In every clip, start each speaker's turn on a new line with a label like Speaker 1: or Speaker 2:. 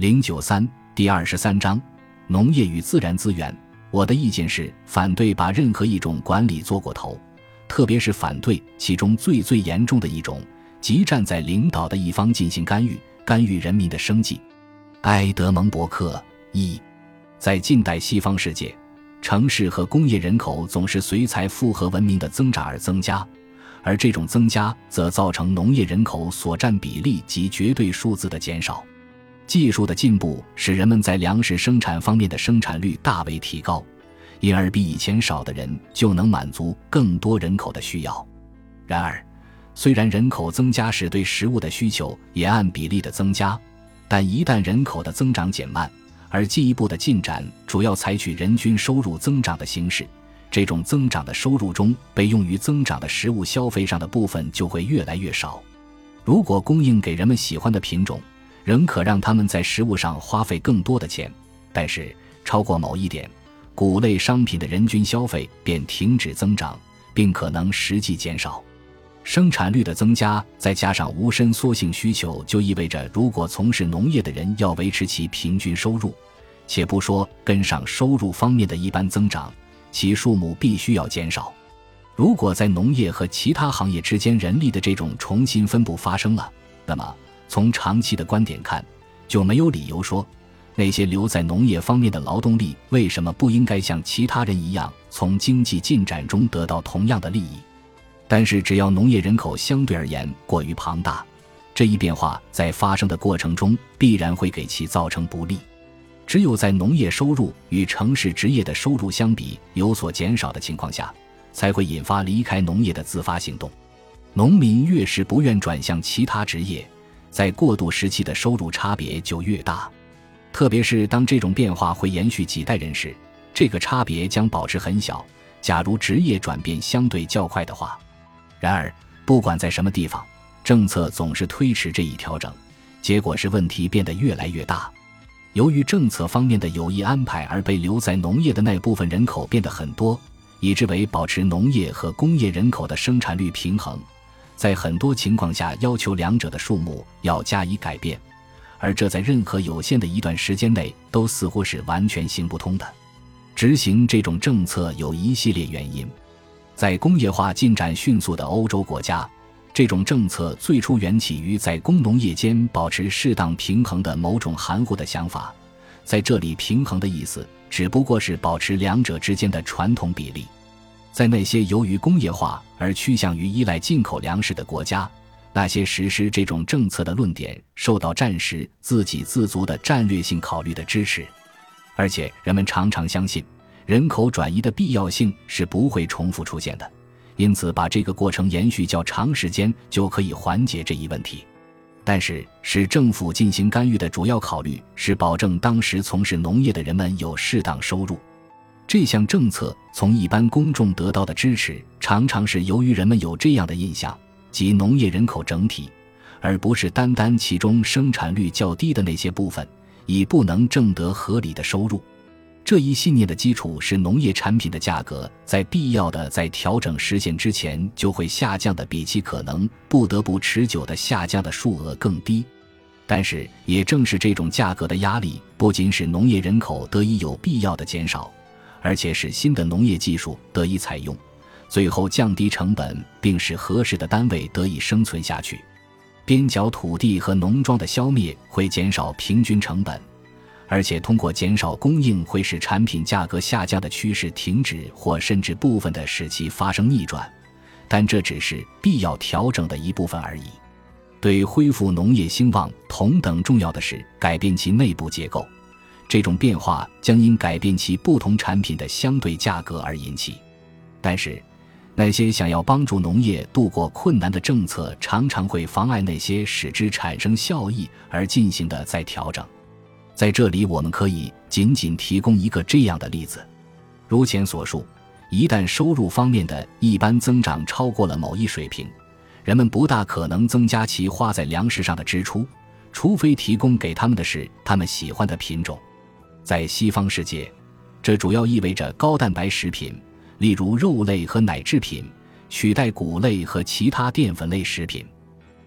Speaker 1: 093第23章农业与自然资源。我的意见是反对把任何一种管理做过头，特别是反对其中最严重的一种，即站在领导的一方进行干预人民的生计。埃德蒙·伯克在近代西方世界，城市和工业人口总是随财富和文明的增长而增加，而这种增加则造成农业人口所占比例及绝对数字的减少。技术的进步使人们在粮食生产方面的生产率大为提高，因而比以前少的人就能满足更多人口的需要。然而，虽然人口增加时对食物的需求也按比例的增加，但一旦人口的增长减慢，而进一步的进展主要采取人均收入增长的形式，这种增长的收入中被用于增长的食物消费上的部分就会越来越少。如果供应给人们喜欢的品种，仍可让他们在食物上花费更多的钱，但是超过某一点，谷类商品的人均消费便停止增长，并可能实际减少。生产率的增加再加上无伸缩性需求，就意味着如果从事农业的人要维持其平均收入，且不说跟上收入方面的一般增长，其数目必须要减少。如果在农业和其他行业之间人力的这种重新分布发生了，那么从长期的观点看，就没有理由说那些留在农业方面的劳动力为什么不应该像其他人一样从经济进展中得到同样的利益。但是只要农业人口相对而言过于庞大，这一变化在发生的过程中必然会给其造成不利。只有在农业收入与城市职业的收入相比有所减少的情况下，才会引发离开农业的自发行动。农民越是不愿转向其他职业，在过渡时期的收入差别就越大，特别是当这种变化会延续几代人时，这个差别将保持很小，假如职业转变相对较快的话。然而不管在什么地方，政策总是推迟这一调整，结果是问题变得越来越大。由于政策方面的有意安排而被留在农业的那部分人口变得很多，以至为保持农业和工业人口的生产率平衡，在很多情况下要求两者的数目要加以改变，而这在任何有限的一段时间内都似乎是完全行不通的。执行这种政策有一系列原因。在工业化进展迅速的欧洲国家，这种政策最初缘起于在工农业间保持适当平衡的某种含糊的想法，在这里平衡的意思只不过是保持两者之间的传统比例。在那些由于工业化而趋向于依赖进口粮食的国家，那些实施这种政策的论点受到战时自给自足的战略性考虑的支持，而且人们常常相信人口转移的必要性是不会重复出现的，因此把这个过程延续较长时间就可以缓解这一问题。但是使政府进行干预的主要考虑是保证当时从事农业的人们有适当收入。这项政策从一般公众得到的支持常常是由于人们有这样的印象，即农业人口整体，而不是单单其中生产率较低的那些部分已不能挣得合理的收入。这一信念的基础是农业产品的价格在必要的在调整实现之前就会下降的比其可能不得不持久的下降的数额更低。但是也正是这种价格的压力，不仅使农业人口得以有必要的减少，而且使新的农业技术得以采用，最后降低成本并使合适的单位得以生存下去。边角土地和农庄的消灭会减少平均成本，而且通过减少供应会使产品价格下降的趋势停止，或甚至部分的使其发生逆转，但这只是必要调整的一部分而已。对恢复农业兴旺同等重要的是改变其内部结构，这种变化将因改变其不同产品的相对价格而引起。但是那些想要帮助农业度过困难的政策常常会妨碍那些使之产生效益而进行的再调整。在这里我们可以仅提供一个这样的例子。如前所述，一旦收入方面的一般增长超过了某一水平，人们不大可能增加其花在粮食上的支出，除非提供给他们的是他们喜欢的品种。在西方世界，这主要意味着高蛋白食品，例如肉类和奶制品，取代谷类和其他淀粉类食品。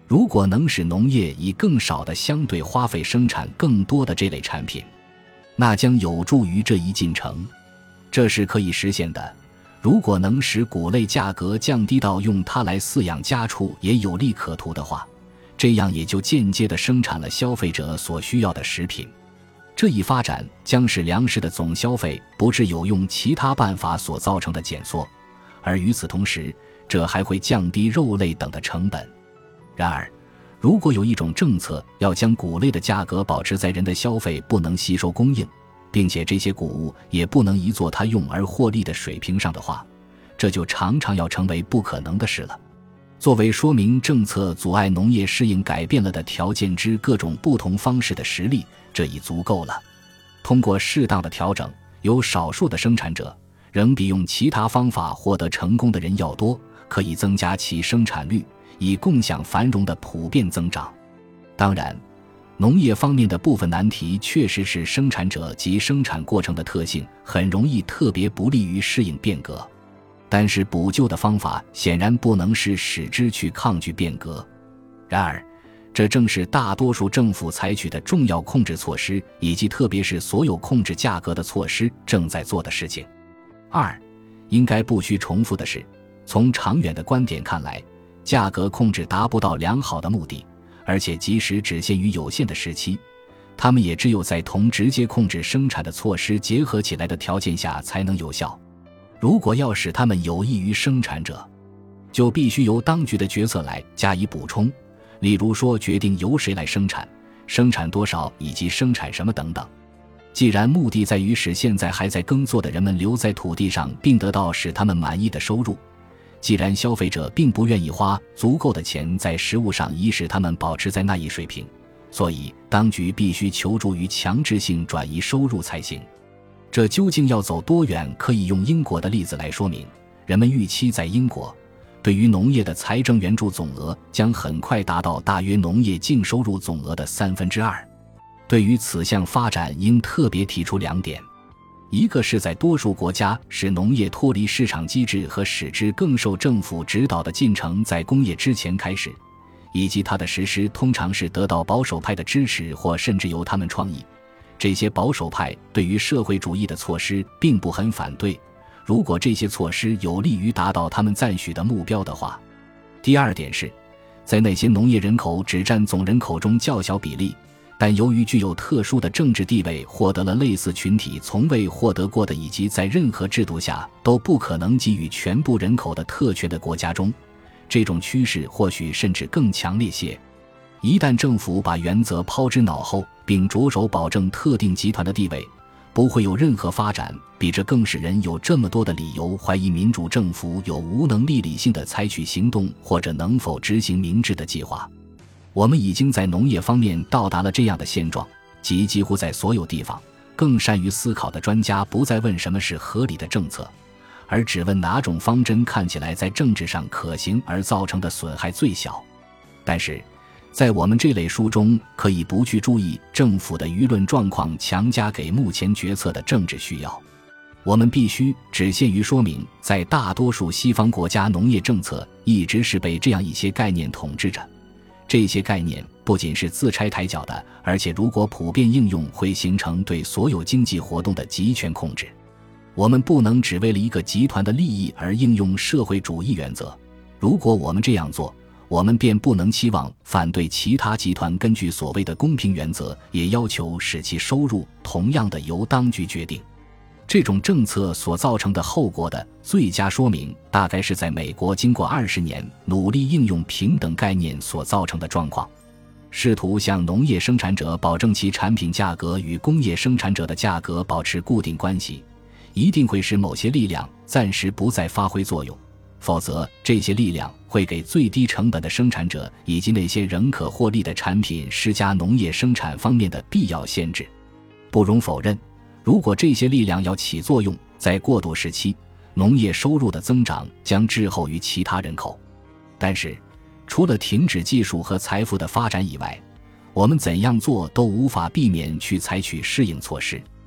Speaker 1: 如果能使农业以更少的相对花费生产更多的这类产品，那将有助于这一进程。这是可以实现的。如果能使谷类价格降低到用它来饲养家畜也有利可图的话，这样也就间接地生产了消费者所需要的食品。这一发展将使粮食的总消费不致有用其他办法所造成的减缩，而与此同时，这还会降低肉类等的成本。然而，如果有一种政策要将谷类的价格保持在人的消费不能吸收供应，并且这些谷物也不能移作它用而获利的水平上的话，这就常常要成为不可能的事了。作为说明政策阻碍农业适应改变了的条件之各种不同方式的实例，这已足够了。通过适当的调整，有少数的生产者仍比用其他方法获得成功的人要多，可以增加其生产率，以共享繁荣的普遍增长。当然，农业方面的部分难题确实是生产者及生产过程的特性很容易特别不利于适应变革，但是补救的方法显然不能是使之去抗拒变革。然而，这正是大多数政府采取的重要控制措施，以及特别是所有控制价格的措施正在做的事情。二，应该不需重复的是，从长远的观点看来，价格控制达不到良好的目的，而且即使只限于有限的时期，它们也只有在同直接控制生产的措施结合起来的条件下才能有效。如果要使它们有益于生产者，就必须由当局的决策来加以补充，例如说决定由谁来生产，生产多少以及生产什么等等。既然目的在于使现在还在耕作的人们留在土地上并得到使他们满意的收入，既然消费者并不愿意花足够的钱在食物上以使他们保持在那一水平，所以当局必须求助于强制性转移收入才行。这究竟要走多远，可以用英国的例子来说明。人们预期在英国，对于农业的财政援助总额将很快达到大约农业净收入总额的2/3。对于此项发展应特别提出两点，一个是在多数国家使农业脱离市场机制和使之更受政府指导的进程在工业之前开始，以及它的实施通常是得到保守派的支持或甚至由他们创意。这些保守派对于社会主义的措施并不很反对，如果这些措施有利于达到他们赞许的目标的话。第二点是，在那些农业人口只占总人口中较小比例，但由于具有特殊的政治地位获得了类似群体从未获得过的以及在任何制度下都不可能给予全部人口的特权的国家中，这种趋势或许甚至更强烈些。一旦政府把原则抛之脑后，并着手保证特定集团的地位，不会有任何发展比这更使人有这么多的理由怀疑民主政府有无能力理性地采取行动，或者能否执行明智的计划。我们已经在农业方面到达了这样的现状，即几乎在所有地方，更善于思考的专家不再问什么是合理的政策，而只问哪种方针看起来在政治上可行而造成的损害最小。但是在我们这类书中可以不去注意政府的舆论状况强加给目前决策的政治需要，我们必须只限于说明在大多数西方国家农业政策一直是被这样一些概念统治着。这些概念不仅是自拆台脚的，而且如果普遍应用会形成对所有经济活动的集权控制。我们不能只为了一个集团的利益而应用社会主义原则，如果我们这样做，我们便不能期望反对其他集团根据所谓的公平原则也要求使其收入同样的由当局决定。这种政策所造成的后果的最佳说明大概是在美国经过20年努力应用平等概念所造成的状况。试图向农业生产者保证其产品价格与工业生产者的价格保持固定关系，一定会使某些力量暂时不再发挥作用，否则这些力量会给最低成本的生产者以及那些仍可获利的产品施加农业生产方面的必要限制。不容否认，如果这些力量要起作用，在过渡时期，农业收入的增长将滞后于其他人口。但是，除了停止技术和财富的发展以外，我们怎样做都无法避免去采取适应措施。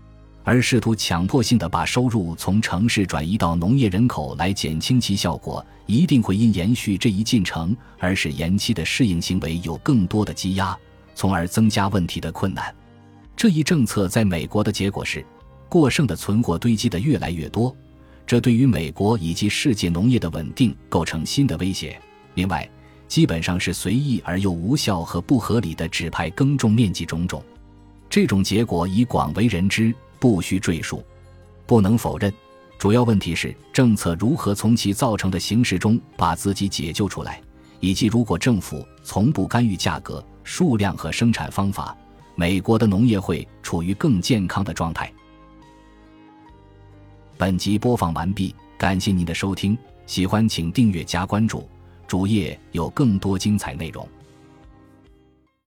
Speaker 1: 而试图强迫性地把收入从城市转移到农业人口来减轻其效果，一定会因延续这一进程而使延期的适应行为有更多的积压，从而增加问题的困难。这一政策在美国的结果是，过剩的存货堆积得越来越多，这对于美国以及世界农业的稳定构成新的威胁。另外，基本上是随意而又无效和不合理的指派耕种面积种种，这种结果已广为人知，不需赘述。不能否认，主要问题是政策如何从其造成的形势中把自己解救出来，以及如果政府从不干预价格、数量和生产方法，美国的农业会处于更健康的状态。本集播放完毕，感谢您的收听，喜欢请订阅加关注，主页有更多精彩内容。